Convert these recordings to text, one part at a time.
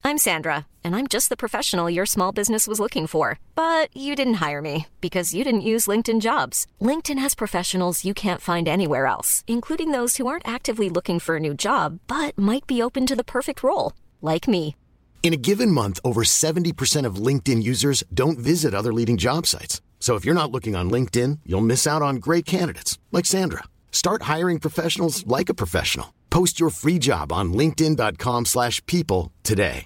I'm Sandra, and I'm just the professional your small business was looking for. But you didn't hire me because you didn't use LinkedIn Jobs. LinkedIn has professionals you can't find anywhere else, including those who aren't actively looking for a new job, but might be open to the perfect role, like me. In a given month, over 70% of LinkedIn users don't visit other leading job sites. So if you're not looking on LinkedIn, you'll miss out on great candidates like Sandra. Start hiring professionals like a professional. Post your free job on linkedin.com/people today.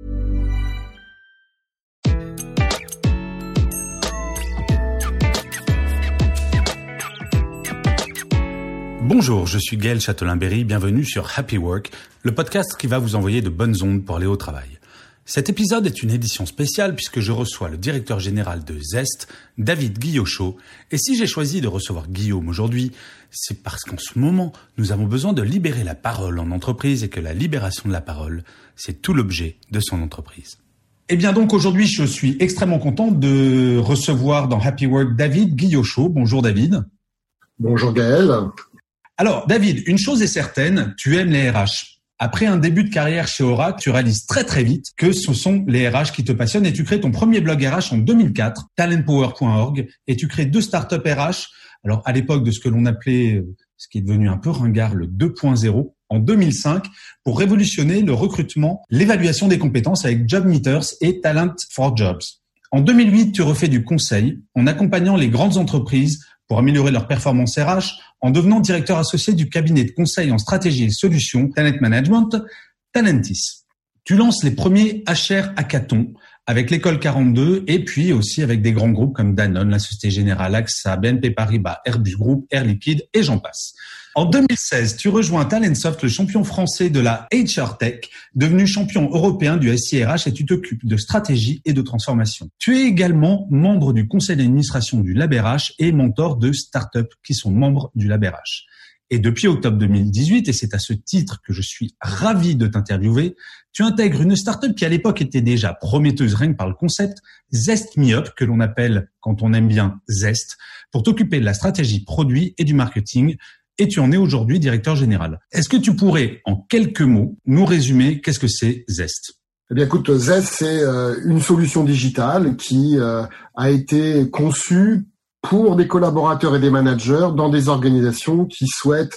Bonjour, je suis Gaël Châtelain-Berry, bienvenue sur Happy Work, le podcast qui va vous envoyer de bonnes ondes pour aller au travail. Cet épisode est une édition spéciale puisque je reçois le directeur général de Zest, David Guillochot. Et si j'ai choisi de recevoir Guillaume aujourd'hui, c'est parce qu'en ce moment, nous avons besoin de libérer la parole en entreprise et que la libération de la parole, c'est tout l'objet de son entreprise. Et bien donc aujourd'hui, je suis extrêmement content de recevoir dans Happy Work David Guillochot. Bonjour David. Bonjour Gaël. Alors David, une chose est certaine, tu aimes les RH. Après un début de carrière chez Oracle, tu réalises très très vite que ce sont les RH qui te passionnent et tu crées ton premier blog RH en 2004, talentpower.org, et tu crées 2 startups RH. Alors à l'époque de ce que l'on appelait, ce qui est devenu un peu ringard, le 2.0, en 2005, pour révolutionner le recrutement, l'évaluation des compétences avec Job Meeters et Talent for Jobs. En 2008, tu refais du conseil en accompagnant les grandes entreprises pour améliorer leur performance RH, en devenant directeur associé du cabinet de conseil en stratégie et solutions Talent Management, Talentis. Tu lances les premiers HR hackathons avec l'école 42 et puis aussi avec des grands groupes comme Danone, la Société Générale, AXA, BNP Paribas, Airbus Group, Air Liquide et j'en passe. En 2016, tu rejoins Talentsoft, le champion français de la HR Tech, devenu champion européen du SIRH et tu t'occupes de stratégie et de transformation. Tu es également membre du conseil d'administration du LabRH et mentor de startups qui sont membres du LabRH. Et depuis octobre 2018, et c'est à ce titre que je suis ravi de t'interviewer, tu intègres une startup qui à l'époque était déjà prometteuse rien que par le concept, Zest Me Up, que l'on appelle, quand on aime bien, Zest, pour t'occuper de la stratégie produit et du marketing. Et tu en es aujourd'hui directeur général. Est-ce que tu pourrais, en quelques mots, nous résumer qu'est-ce que c'est Zest ? Eh bien, écoute, Zest, c'est une solution digitale qui a été conçue pour des collaborateurs et des managers dans des organisations qui souhaitent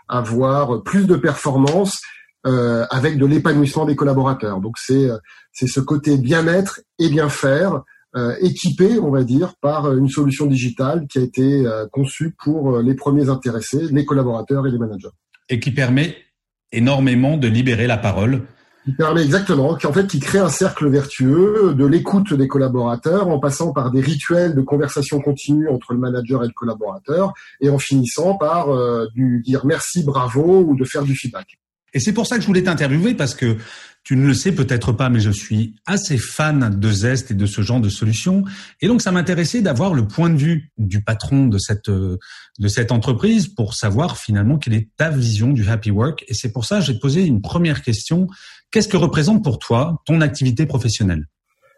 avoir plus de performance avec de l'épanouissement des collaborateurs. Donc, c'est ce côté bien-être et bien faire équipé, on va dire, par une solution digitale qui a été conçue pour les premiers intéressés, les collaborateurs et les managers. Et qui permet énormément de libérer la parole. Qui permet exactement, qui crée un cercle vertueux de l'écoute des collaborateurs en passant par des rituels de conversation continue entre le manager et le collaborateur et en finissant par dire merci, bravo ou de faire du feedback. Et c'est pour ça que je voulais t'interviewer parce que tu ne le sais peut-être pas, mais je suis assez fan de Zest et de ce genre de solutions. Et donc, ça m'intéressait d'avoir le point de vue du patron de cette entreprise pour savoir finalement quelle est ta vision du Happy Work. Et c'est pour ça que j'ai posé une première question. Qu'est-ce que représente pour toi ton activité professionnelle ?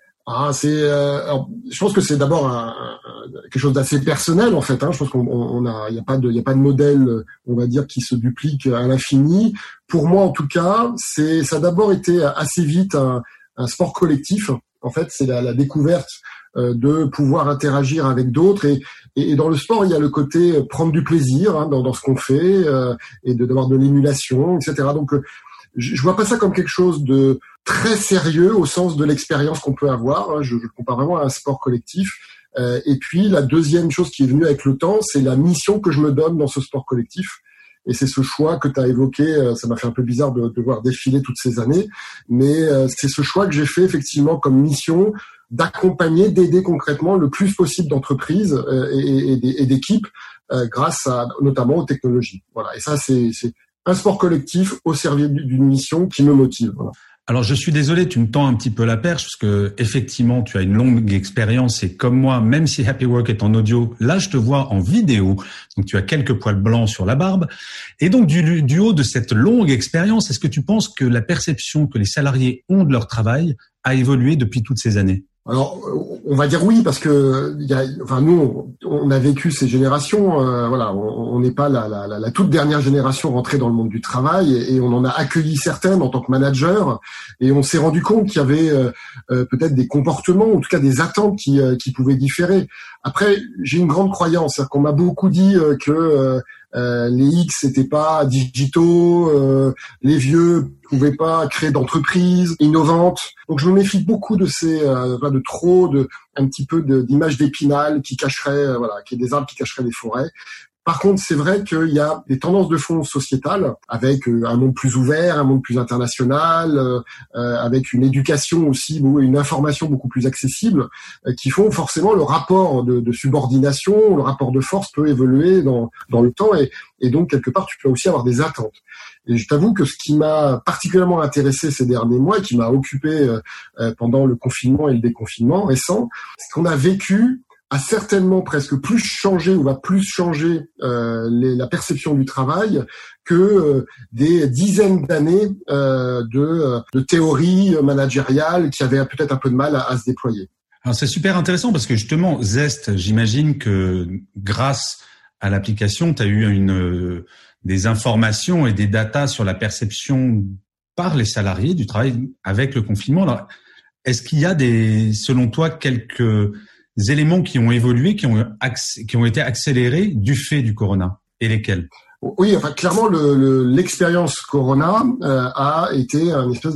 Je pense que c'est d'abord quelque chose d'assez personnel en fait. Je pense il y a pas de modèle, on va dire, qui se duplique à l'infini. Pour moi, en tout cas, ça a d'abord été assez vite un sport collectif. En fait, c'est la découverte de pouvoir interagir avec d'autres et dans le sport, il y a le côté prendre du plaisir dans ce qu'on fait et d'avoir de l'émulation, etc. Donc je vois pas ça comme quelque chose de très sérieux au sens de l'expérience qu'on peut avoir. Je compare vraiment à un sport collectif. Et puis, la deuxième chose qui est venue avec le temps, c'est la mission que je me donne dans ce sport collectif. Et c'est ce choix que tu as évoqué. Ça m'a fait un peu bizarre de voir défiler toutes ces années. Mais c'est ce choix que j'ai fait effectivement comme mission d'accompagner, d'aider concrètement le plus possible d'entreprises et d'équipes grâce notamment aux technologies. Voilà. Et ça, c'est un sport collectif au service d'une mission qui me motive. Voilà. Alors, je suis désolé, tu me tends un petit peu la perche parce que effectivement, tu as une longue expérience et comme moi, même si Happy Work est en audio, là, je te vois en vidéo. Donc, tu as quelques poils blancs sur la barbe. Et donc, du haut de cette longue expérience, est-ce que tu penses que la perception que les salariés ont de leur travail a évolué depuis toutes ces années ? Alors, On va dire oui parce que nous on a vécu ces générations. On n'est pas la toute dernière génération rentrée dans le monde du travail et on en a accueilli certaines en tant que manager et on s'est rendu compte qu'il y avait peut-être des comportements, ou en tout cas des attentes qui pouvaient différer. Après, j'ai une grande croyance, c'est-à-dire qu'on m'a beaucoup dit que les X n'étaient pas digitaux, les vieux pouvaient pas créer d'entreprises innovantes. Donc je me méfie beaucoup de ces un petit peu d'images d'Épinal qui cacheraient qui est des arbres qui cacheraient des forêts. Par contre, c'est vrai qu'il y a des tendances de fond sociétales avec un monde plus ouvert, un monde plus international, avec une éducation aussi, une information beaucoup plus accessible, qui font forcément le rapport de subordination, le rapport de force peut évoluer dans le temps et donc quelque part tu peux aussi avoir des attentes. Et je t'avoue que ce qui m'a particulièrement intéressé ces derniers mois et qui m'a occupé pendant le confinement et le déconfinement récent, c'est qu'on a vécu a certainement presque plus changé ou va plus changer la perception du travail que des dizaines d'années de théorie managériale qui avaient peut-être un peu de mal à se déployer. Alors c'est super intéressant parce que justement Zest, j'imagine que grâce à l'application, tu as eu des informations et des datas sur la perception par les salariés du travail avec le confinement. Alors, est-ce qu'il y a selon toi, quelques éléments qui ont évolué, qui ont été accélérés du fait du corona, et lesquels? Oui, clairement l'expérience corona a été un espèce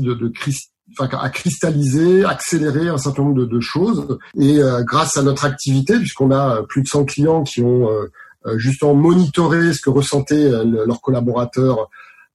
a cristallisé, accéléré un certain nombre de choses. Et grâce à notre activité, puisqu'on a plus de 100 clients qui ont justement monitoré ce que ressentaient leurs collaborateurs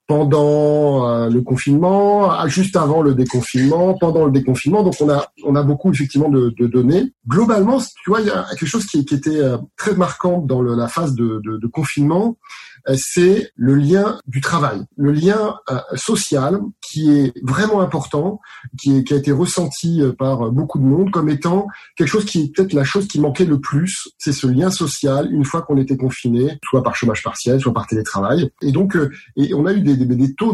pendant le confinement, juste avant le déconfinement, pendant le déconfinement. Donc on a beaucoup effectivement de données. Globalement, tu vois, il y a quelque chose qui était très marquant dans la phase de confinement, c'est le lien du travail, le lien social qui est vraiment important, qui a été ressenti par beaucoup de monde comme étant quelque chose qui est peut-être la chose qui manquait le plus, c'est ce lien social une fois qu'on était confiné, soit par chômage partiel, soit par télétravail. Et donc et on a eu des taux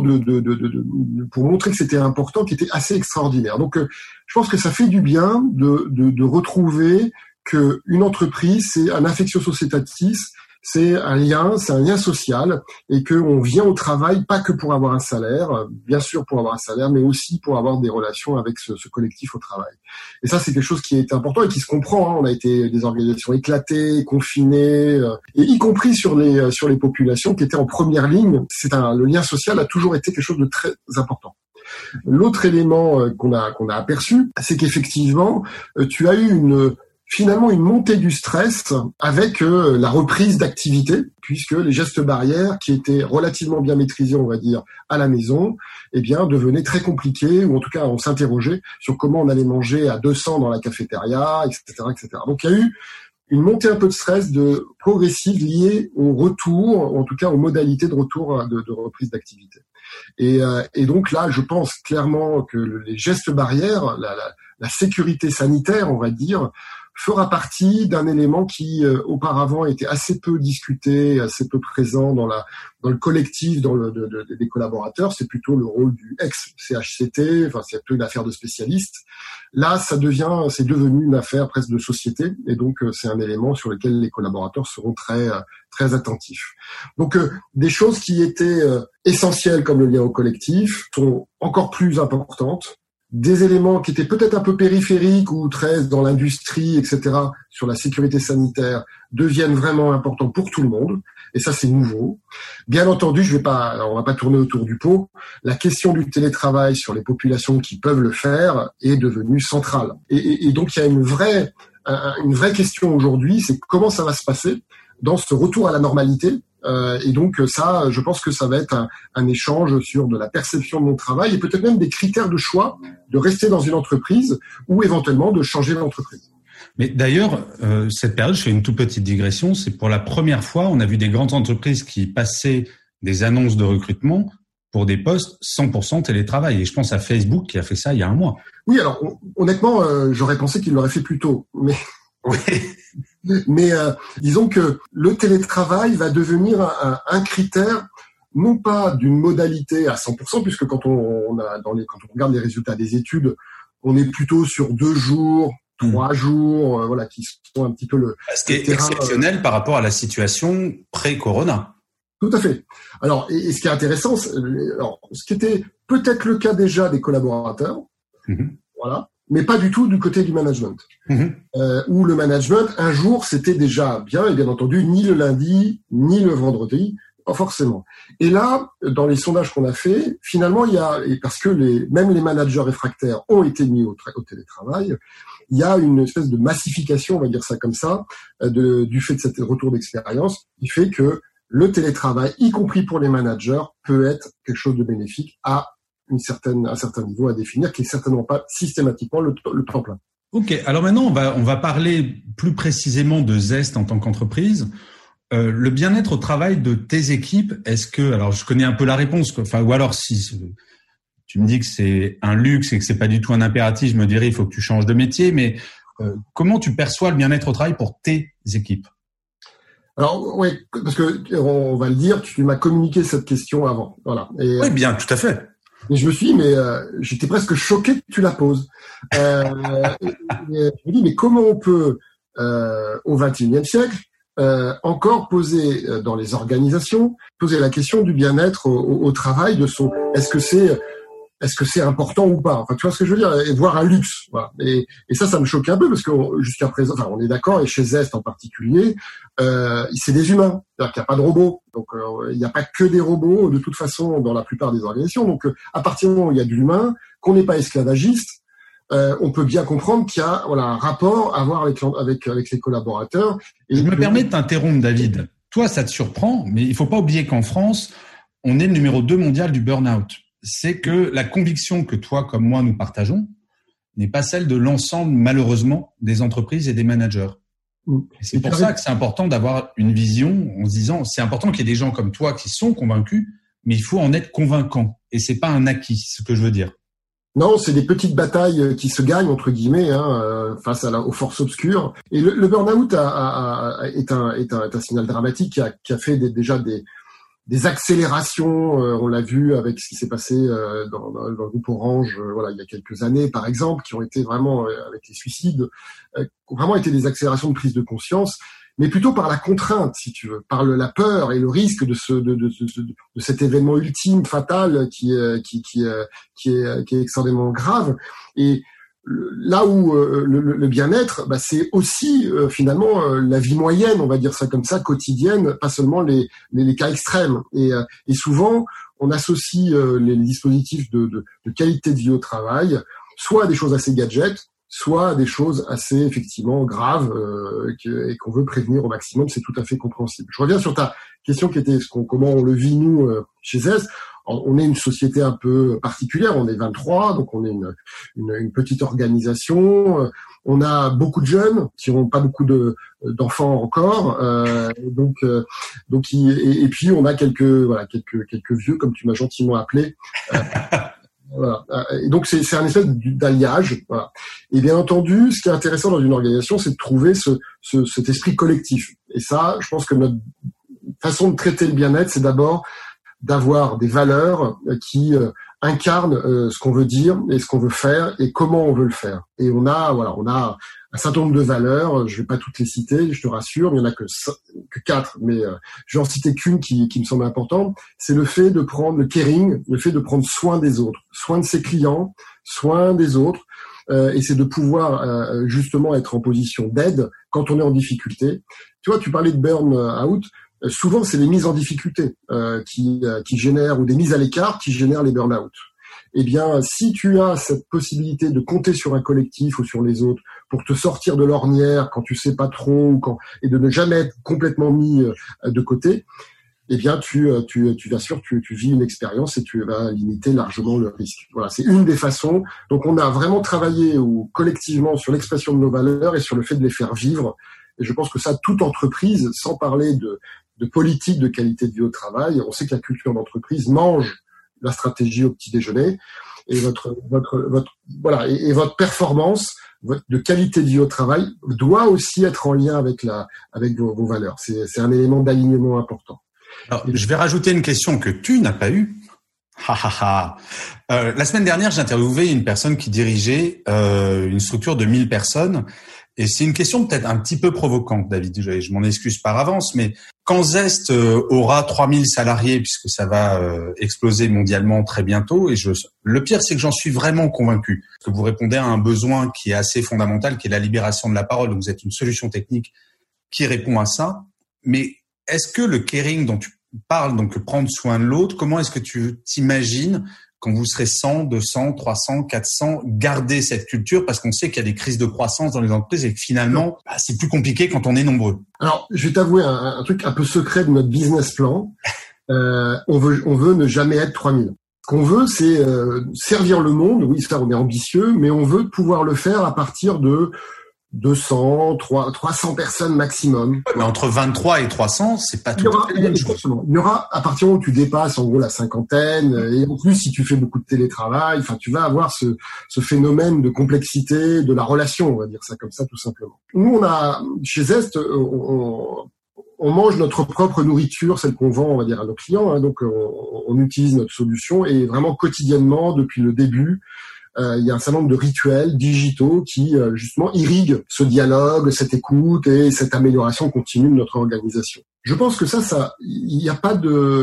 pour montrer que c'était important, qui étaient assez extraordinaires. Donc je pense que ça fait du bien de retrouver que une entreprise, c'est un affectio societatis, c'est un lien social, et que on vient au travail pas que pour avoir un salaire, bien sûr pour avoir un salaire, mais aussi pour avoir des relations avec ce collectif au travail. Et ça, c'est quelque chose qui est important et qui se comprend. On a été des organisations éclatées, confinées, et y compris sur les populations qui étaient en première ligne. Le lien social a toujours été quelque chose de très important. L'autre élément qu'on a aperçu, c'est qu'effectivement, tu as eu finalement une montée du stress avec la reprise d'activité, puisque les gestes barrières qui étaient relativement bien maîtrisés, on va dire, à la maison, devenaient très compliqués, ou en tout cas on s'interrogeait sur comment on allait manger à 200 dans la cafétéria, etc., etc. Donc il y a eu une montée un peu de stress progressive liée au retour, ou en tout cas aux modalités de retour de reprise d'activité. Et donc là, je pense clairement que les gestes barrières, la sécurité sanitaire, on va dire, fera partie d'un élément qui auparavant était assez peu discuté, assez peu présent dans le collectif, des collaborateurs. C'est plutôt le rôle du ex-CHCT, c'est plutôt une affaire de spécialistes. Là, c'est devenu une affaire presque de société, et donc c'est un élément sur lequel les collaborateurs seront très très attentifs. Donc des choses qui étaient essentielles comme le lien au collectif sont encore plus importantes. Des éléments qui étaient peut-être un peu périphériques ou très dans l'industrie, etc., sur la sécurité sanitaire, deviennent vraiment importants pour tout le monde. Et ça, c'est nouveau. Bien entendu, on va pas tourner autour du pot. La question du télétravail sur les populations qui peuvent le faire est devenue centrale. Et donc, il y a une vraie question aujourd'hui, c'est comment ça va se passer dans ce retour à la normalité. Et donc ça, je pense que ça va être un échange sur de la perception de mon travail et peut-être même des critères de choix de rester dans une entreprise ou éventuellement de changer d'entreprise. Mais d'ailleurs, cette période, je fais une toute petite digression, c'est pour la première fois, on a vu des grandes entreprises qui passaient des annonces de recrutement pour des postes 100% télétravail. Et je pense à Facebook qui a fait ça il y a un mois. Oui, alors honnêtement, j'aurais pensé qu'il l'aurait fait plus tôt, mais... Oui. Mais disons que le télétravail va devenir un critère, non pas d'une modalité à 100%, puisque quand on regarde les résultats des études, on est plutôt sur 2 jours 3 jours, voilà, qui sont un petit peu ce qui est exceptionnel par rapport à la situation pré-corona. Tout à fait. Alors, et ce qui est intéressant, ce qui était peut-être le cas déjà des collaborateurs, voilà, mais pas du tout du côté du management. Où le management, un jour, c'était déjà bien, et bien entendu, ni le lundi, ni le vendredi, pas forcément. Et là, dans les sondages qu'on a fait, finalement, et parce que même les managers réfractaires ont été mis au télétravail, il y a une espèce de massification, on va dire ça comme ça, du fait de cet retour d'expérience, qui fait que le télétravail, y compris pour les managers, peut être quelque chose de bénéfique à un certain niveau à définir, qui est certainement pas systématiquement le temps plein. Ok, alors maintenant on va parler plus précisément de Zest en tant qu'entreprise. Le bien-être au travail de tes équipes, alors je connais un peu la réponse, ou alors si tu me dis que c'est un luxe et que c'est pas du tout un impératif, je me dirais il faut que tu changes de métier, mais comment tu perçois le bien-être au travail pour tes équipes? Alors oui, parce que on va le dire, tu m'as communiqué cette question avant, voilà. Oui, bien, tout à fait. Et je me suis dit, j'étais presque choqué que tu la poses. Je me dis, mais comment on peut, au XXIe siècle, encore poser dans les organisations, poser la question du bien-être au travail, est-ce que c'est important ou pas? Enfin, tu vois ce que je veux dire? Et voir un luxe. Voilà. Et ça me choque un peu parce que jusqu'à présent, on est d'accord, et chez Zest en particulier, c'est des humains. C'est-à-dire qu'il n'y a pas de robots. Donc, il n'y a pas que des robots, de toute façon, dans la plupart des organisations. Donc, à partir du moment où il y a de l'humain, qu'on n'est pas esclavagiste, on peut bien comprendre qu'il y a, un rapport à avoir avec les collaborateurs. Et je me permets de t'interrompre, David. Toi, ça te surprend, mais il faut pas oublier qu'en France, on est le numéro 2 mondial du burn-out. C'est que la conviction que toi comme moi nous partageons n'est pas celle de l'ensemble, malheureusement, des entreprises et des managers. Et c'est pour ça que c'est important d'avoir une vision en se disant, c'est important qu'il y ait des gens comme toi qui sont convaincus, mais il faut en être convaincant. Et c'est pas un acquis, ce que je veux dire. Non, c'est des petites batailles qui se gagnent, entre guillemets, face aux forces obscures. Et le burn-out est un signal dramatique qui a fait déjà des accélérations, on l'a vu avec ce qui s'est passé dans le groupe Orange, il y a quelques années, par exemple, qui ont été vraiment, avec les suicides, ont vraiment été des accélérations de prise de conscience, mais plutôt par la contrainte, si tu veux, par la peur et le risque de cet événement ultime, fatal, qui est extrêmement grave. Et là où le bien-être, c'est aussi finalement la vie moyenne, on va dire ça comme ça, quotidienne, pas seulement les cas extrêmes. Et souvent, on associe les dispositifs de qualité de vie au travail, soit à des choses assez gadgets, soit à des choses assez effectivement graves et qu'on veut prévenir au maximum. C'est tout à fait compréhensible. Je reviens sur ta question qui était comment on le vit nous chez Zest. On est une société un peu particulière, on est 23, donc on est une petite organisation. On a beaucoup de jeunes qui n'ont pas beaucoup d'enfants encore, et puis on a quelques vieux, comme tu m'as gentiment appelé. Voilà. Et donc c'est un espèce d'alliage. Voilà. Et bien entendu, ce qui est intéressant dans une organisation, c'est de trouver cet esprit collectif. Et ça, je pense que notre façon de traiter le bien-être, c'est d'abord d'avoir des valeurs qui incarnent ce qu'on veut dire et ce qu'on veut faire et comment on veut le faire. Et on a un certain nombre de valeurs. Je vais pas toutes les citer, je te rassure. Il y en a que 4, mais je vais en citer qu'une qui me semble importante. C'est le fait de prendre le caring, le fait de prendre soin des autres, soin de ses clients, soin des autres. Et c'est de pouvoir justement être en position d'aide quand on est en difficulté. Tu vois, tu parlais de burn-out. Souvent, c'est les mises en difficulté qui génèrent, ou des mises à l'écart qui génèrent les burn-out. Eh bien, si tu as cette possibilité de compter sur un collectif ou sur les autres pour te sortir de l'ornière quand tu sais pas trop et de ne jamais être complètement mis de côté, eh bien, tu vis une expérience et tu vas limiter largement le risque. Voilà, c'est une des façons. Donc, on a vraiment travaillé collectivement sur l'expression de nos valeurs et sur le fait de les faire vivre. Et je pense que ça, toute entreprise, sans parler de politique de qualité de vie au travail, on sait que la culture d'entreprise mange la stratégie au petit déjeuner, et votre performance de qualité de vie au travail doit aussi être en lien avec vos valeurs. C'est un élément d'alignement important. Alors, je vais rajouter une question que tu n'as pas eue. La semaine dernière, j'ai interviewé une personne qui dirigeait une structure de 1000 personnes. Et c'est une question peut-être un petit peu provocante, David. Je m'en excuse par avance, mais quand Zest aura 3000 salariés, puisque ça va exploser mondialement très bientôt, le pire, c'est que j'en suis vraiment convaincu, que vous répondez à un besoin qui est assez fondamental, qui est la libération de la parole. Donc, vous êtes une solution technique qui répond à ça. Mais est-ce que le caring dont tu parles, donc prendre soin de l'autre, comment est-ce que tu t'imagines quand vous serez 100, 200, 300, 400, garder cette culture, parce qu'on sait qu'il y a des crises de croissance dans les entreprises et que finalement, c'est plus compliqué quand on est nombreux. Alors, je vais t'avouer un truc un peu secret de notre business plan. On veut ne jamais être 3000. Ce qu'on veut, c'est servir le monde. Oui, ça, on est ambitieux, mais on veut pouvoir le faire à partir de 200, 300 personnes maximum. Mais entre 23 et 300, c'est pas tout à fait la même chose. Il y aura, à partir du moment où tu dépasses en gros la cinquantaine, et en plus si tu fais beaucoup de télétravail, enfin tu vas avoir ce phénomène de complexité de la relation, on va dire ça comme ça tout simplement. Nous chez Zest, on mange notre propre nourriture, celle qu'on vend, on va dire, à nos clients, hein, donc on utilise notre solution et vraiment quotidiennement depuis le début. Il y a un certain nombre de rituels digitaux qui justement irriguent ce dialogue, cette écoute et cette amélioration continue de notre organisation. Je pense que il n'y a pas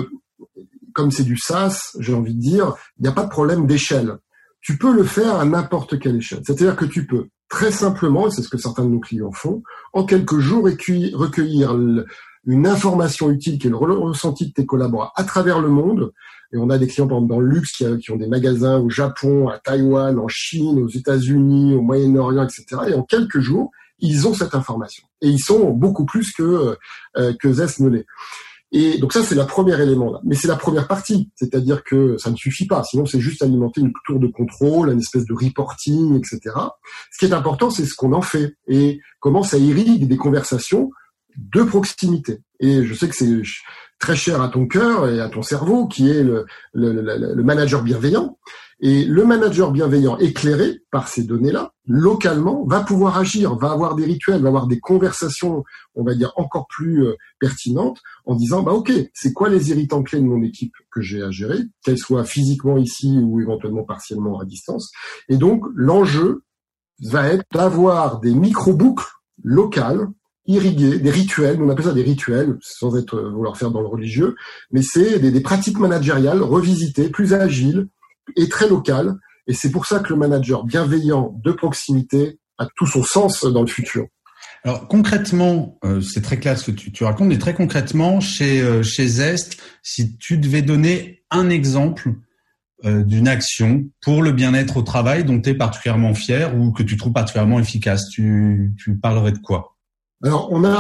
comme c'est du SaaS, j'ai envie de dire, il n'y a pas de problème d'échelle. Tu peux le faire à n'importe quelle échelle. C'est-à-dire que tu peux très simplement, et c'est ce que certains de nos clients font, en quelques jours recueillir une information utile qui est le ressenti de tes collaborateurs à travers le monde. Et on a des clients, par exemple, dans le luxe qui ont des magasins au Japon, à Taïwan, en Chine, aux États-Unis, au Moyen-Orient, etc. Et en quelques jours, ils ont cette information. Et ils sont beaucoup plus que Zest ne l'est. Et donc ça, c'est le premier élément là. Mais c'est la première partie. C'est-à-dire que ça ne suffit pas. Sinon, c'est juste alimenter une tour de contrôle, une espèce de reporting, etc. Ce qui est important, c'est ce qu'on en fait et comment ça irrigue des conversations de proximité. Et je sais que c'est très cher à ton cœur et à ton cerveau, qui est le manager bienveillant. Et le manager bienveillant éclairé par ces données-là, localement, va pouvoir agir, va avoir des rituels, va avoir des conversations, on va dire, encore plus pertinentes, en disant, OK, c'est quoi les irritants clés de mon équipe que j'ai à gérer, qu'elles soient physiquement ici ou éventuellement partiellement à distance. Et donc, l'enjeu va être d'avoir des micro-boucles locales, irriguer des rituels, on appelle ça des rituels, sans vouloir faire dans le religieux, mais c'est des pratiques managériales revisitées, plus agiles et très locales. Et c'est pour ça que le manager bienveillant de proximité a tout son sens dans le futur. Alors concrètement, c'est très clair ce que tu racontes, mais très concrètement, chez Zest, si tu devais donner un exemple d'une action pour le bien-être au travail dont tu es particulièrement fier ou que tu trouves particulièrement efficace, tu parlerais de quoi ? Alors on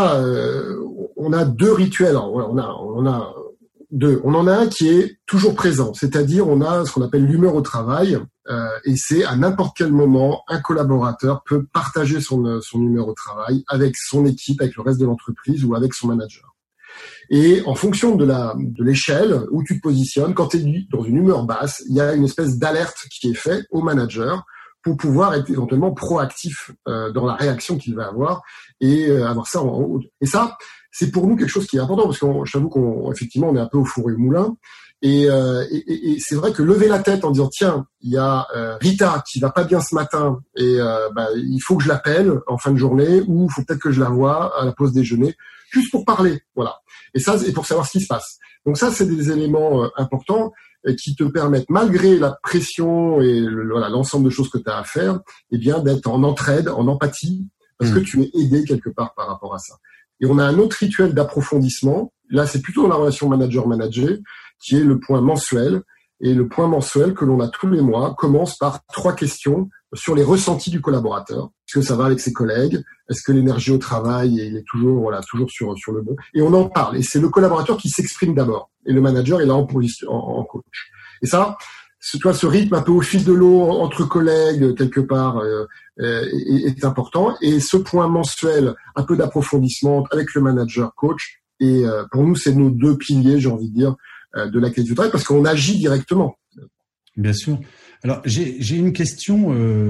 a deux rituels. Alors, on a deux. On en a un qui est toujours présent, c'est-à-dire on a ce qu'on appelle l'humeur au travail, et c'est à n'importe quel moment un collaborateur peut partager son humeur au travail avec son équipe, avec le reste de l'entreprise ou avec son manager. Et en fonction de l'échelle où tu te positionnes, quand tu es dans une humeur basse, il y a une espèce d'alerte qui est faite au manager pour pouvoir être éventuellement proactif dans la réaction qu'il va avoir et avoir ça en haut. Et ça, c'est pour nous quelque chose qui est important parce que je t'avoue qu'effectivement on est un peu au four et au moulin. Et c'est vrai que lever la tête en disant tiens, il y a Rita qui va pas bien ce matin et il faut que je l'appelle en fin de journée ou il faut peut-être que je la voie à la pause déjeuner juste pour parler, voilà. Et ça, et pour savoir ce qui se passe. Donc ça, c'est des éléments importants qui te permettent, malgré la pression et l'ensemble de choses que tu as à faire, eh bien d'être en entraide, en empathie, parce que tu es aidé quelque part par rapport à ça. Et on a un autre rituel d'approfondissement. Là, c'est plutôt dans la relation manager-manager, qui est le point mensuel. Et le point mensuel que l'on a tous les mois commence par 3 questions sur les ressentis du collaborateur. Est-ce que ça va avec ses collègues? Est-ce que l'énergie au travail, il est toujours sur le bon? Et on en parle. Et c'est le collaborateur qui s'exprime d'abord. Et le manager est là en coach. Et ça, ce rythme un peu au fil de l'eau entre collègues, quelque part, est important. Et ce point mensuel, un peu d'approfondissement avec le manager coach. Et pour nous, c'est nos 2 piliers, j'ai envie de dire, de la qualité du travail, parce qu'on agit directement. Bien sûr. Alors, j'ai une question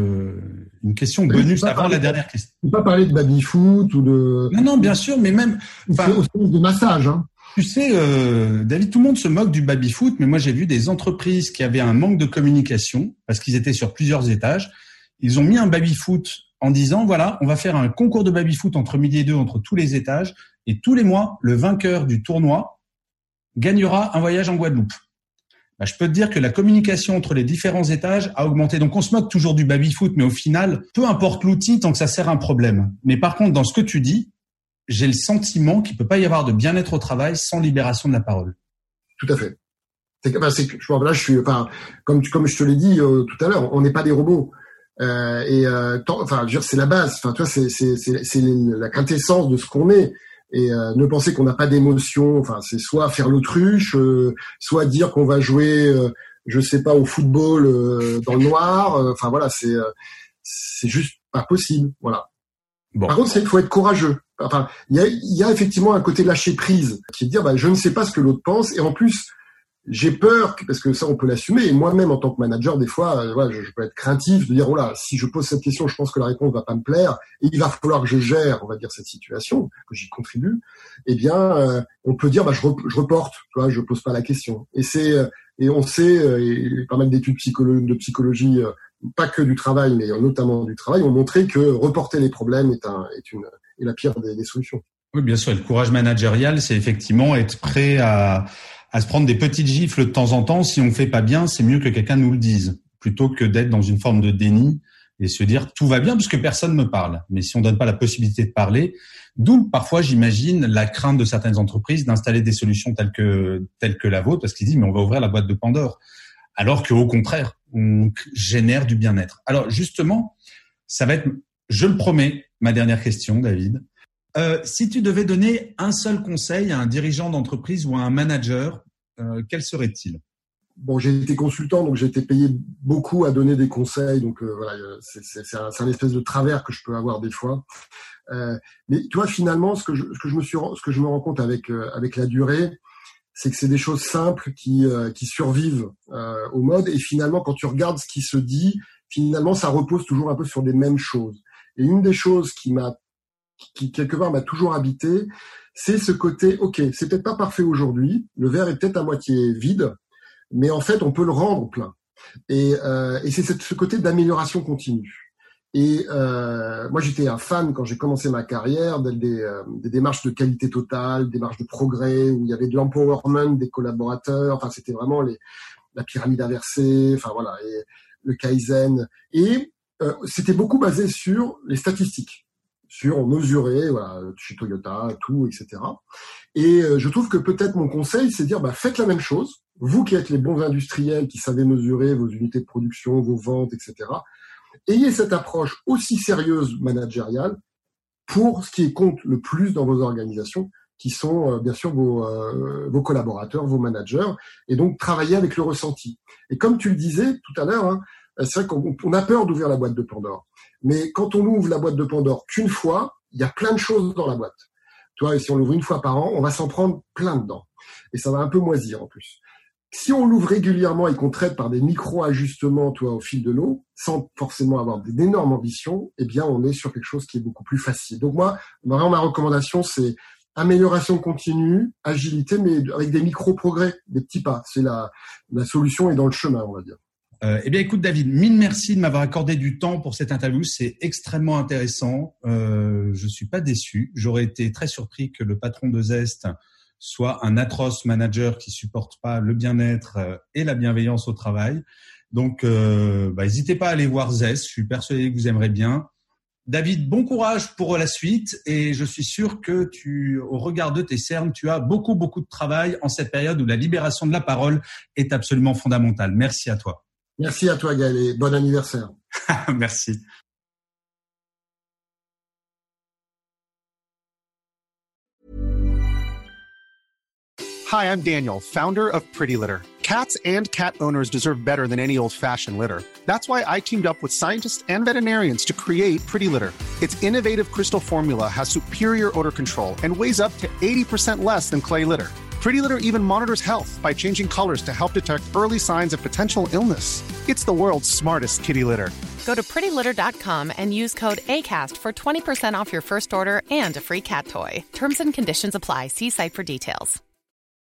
bonus avant la dernière question. On ne peut pas parler de baby-foot ou de... Non, bien sûr, mais même... Au sens de massage, hein. Tu sais, David, tout le monde se moque du baby-foot, mais moi j'ai vu des entreprises qui avaient un manque de communication parce qu'ils étaient sur plusieurs étages. Ils ont mis un baby-foot en disant, voilà, on va faire un concours de baby-foot entre midi et deux, entre tous les étages, et tous les mois, le vainqueur du tournoi gagnera un voyage en Guadeloupe. Bah, je peux te dire que la communication entre les différents étages a augmenté. Donc on se moque toujours du baby-foot, mais au final, peu importe l'outil tant que ça sert un problème. Mais par contre, dans ce que tu dis, j'ai le sentiment qu'il peut pas y avoir de bien-être au travail sans libération de la parole. Tout à fait. Là, je suis, comme je te l'ai dit tout à l'heure, on n'est pas des robots. Je veux dire, c'est la base. Enfin, tu vois, c'est la quintessence de ce qu'on est. Et ne penser qu'on n'a pas d'émotion. Enfin, c'est soit faire l'autruche, soit dire qu'on va jouer, je sais pas, au football dans le noir. Enfin voilà, c'est juste pas possible. Voilà. Bon. Par contre, il faut être courageux. Enfin, il y a effectivement un côté lâcher prise, qui est de dire, je ne sais pas ce que l'autre pense, et en plus, j'ai peur, parce que ça, on peut l'assumer, et moi-même, en tant que manager, des fois, je peux être craintif de dire, oh là, si je pose cette question, je pense que la réponse va pas me plaire, et il va falloir que je gère, on va dire, cette situation, que j'y contribue. Eh bien, on peut dire, je reporte, tu vois, je pose pas la question. Et on sait, et pas mal d'études de psychologie, pas que du travail, mais notamment du travail, ont montré que reporter les problèmes est la pire des solutions. Oui, bien sûr. Le courage managérial, c'est effectivement être prêt à se prendre des petites gifles de temps en temps. Si on fait pas bien, c'est mieux que quelqu'un nous le dise, plutôt que d'être dans une forme de déni et se dire tout va bien parce que personne me parle. Mais si on donne pas la possibilité de parler, d'où parfois j'imagine la crainte de certaines entreprises d'installer des solutions telles que la vôtre, parce qu'ils disent mais on va ouvrir la boîte de Pandore. Alors qu'au contraire, on génère du bien-être. Alors justement, ça va être, je le promets, ma dernière question, David. Si tu devais donner un seul conseil à un dirigeant d'entreprise ou à un manager, quel serait-il ? Bon, j'ai été consultant, donc j'ai été payé beaucoup à donner des conseils. Donc voilà, c'est un espèce de travers que je peux avoir des fois. Mais tu vois, finalement, ce que je me rends compte avec la durée, c'est que c'est des choses simples qui survivent au mode. Et finalement, quand tu regardes ce qui se dit, finalement, ça repose toujours un peu sur des mêmes choses. Et une des choses qui quelque part m'a toujours habité, c'est ce côté, ok, c'est peut-être pas parfait aujourd'hui, le verre est peut-être à moitié vide, mais en fait, on peut le rendre plein. Et c'est ce côté d'amélioration continue. Et moi, j'étais un fan quand j'ai commencé ma carrière des démarches de qualité totale, des démarches de progrès, où il y avait de l'empowerment des collaborateurs. Enfin, c'était vraiment la pyramide inversée. Enfin voilà, et le Kaizen. Et c'était beaucoup basé sur les statistiques, on mesurait, voilà, chez Toyota, tout, etc. Et je trouve que peut-être mon conseil, c'est de dire, faites la même chose. Vous qui êtes les bons industriels, qui savez mesurer vos unités de production, vos ventes, etc. Ayez cette approche aussi sérieuse managériale pour ce qui compte le plus dans vos organisations, qui sont bien sûr vos collaborateurs, vos managers, et donc travaillez avec le ressenti. Et comme tu le disais tout à l'heure, c'est vrai qu'on a peur d'ouvrir la boîte de Pandore. Mais quand on ouvre la boîte de Pandore qu'une fois, il y a plein de choses dans la boîte. Tu vois, et si on l'ouvre une fois par an, on va s'en prendre plein dedans. Et ça va un peu moisir en plus. Si on l'ouvre régulièrement et qu'on traite par des micro-ajustements, tu vois, au fil de l'eau, sans forcément avoir d'énormes ambitions, eh bien, on est sur quelque chose qui est beaucoup plus facile. Donc moi, vraiment, ma recommandation, c'est amélioration continue, agilité, mais avec des micro-progrès, des petits pas. C'est la solution est dans le chemin, on va dire. Eh bien, écoute, David, mille merci de m'avoir accordé du temps pour cette interview. C'est extrêmement intéressant. Je suis pas déçu. J'aurais été très surpris que le patron de Zest soit un atroce manager qui supporte pas le bien-être et la bienveillance au travail. Donc, n'hésitez pas à aller voir Zest. Je suis persuadé que vous aimerez bien. David, bon courage pour la suite. Et je suis sûr que au regard de tes cernes, tu as beaucoup, beaucoup de travail en cette période où la libération de la parole est absolument fondamentale. Merci à toi. Merci à toi, Gaël, et bon anniversaire. Merci. Hi, I'm Daniel, founder of Pretty Litter. Cats and cat owners deserve better than any old-fashioned litter. That's why I teamed up with scientists and veterinarians to create Pretty Litter. Its innovative crystal formula has superior odor control and weighs up to 80% less than clay litter. Pretty Litter even monitors health by changing colors to help detect early signs of potential illness. It's the world's smartest kitty litter. Go to prettylitter.com and use code ACAST for 20% off your first order and a free cat toy. Terms and conditions apply. See site for details.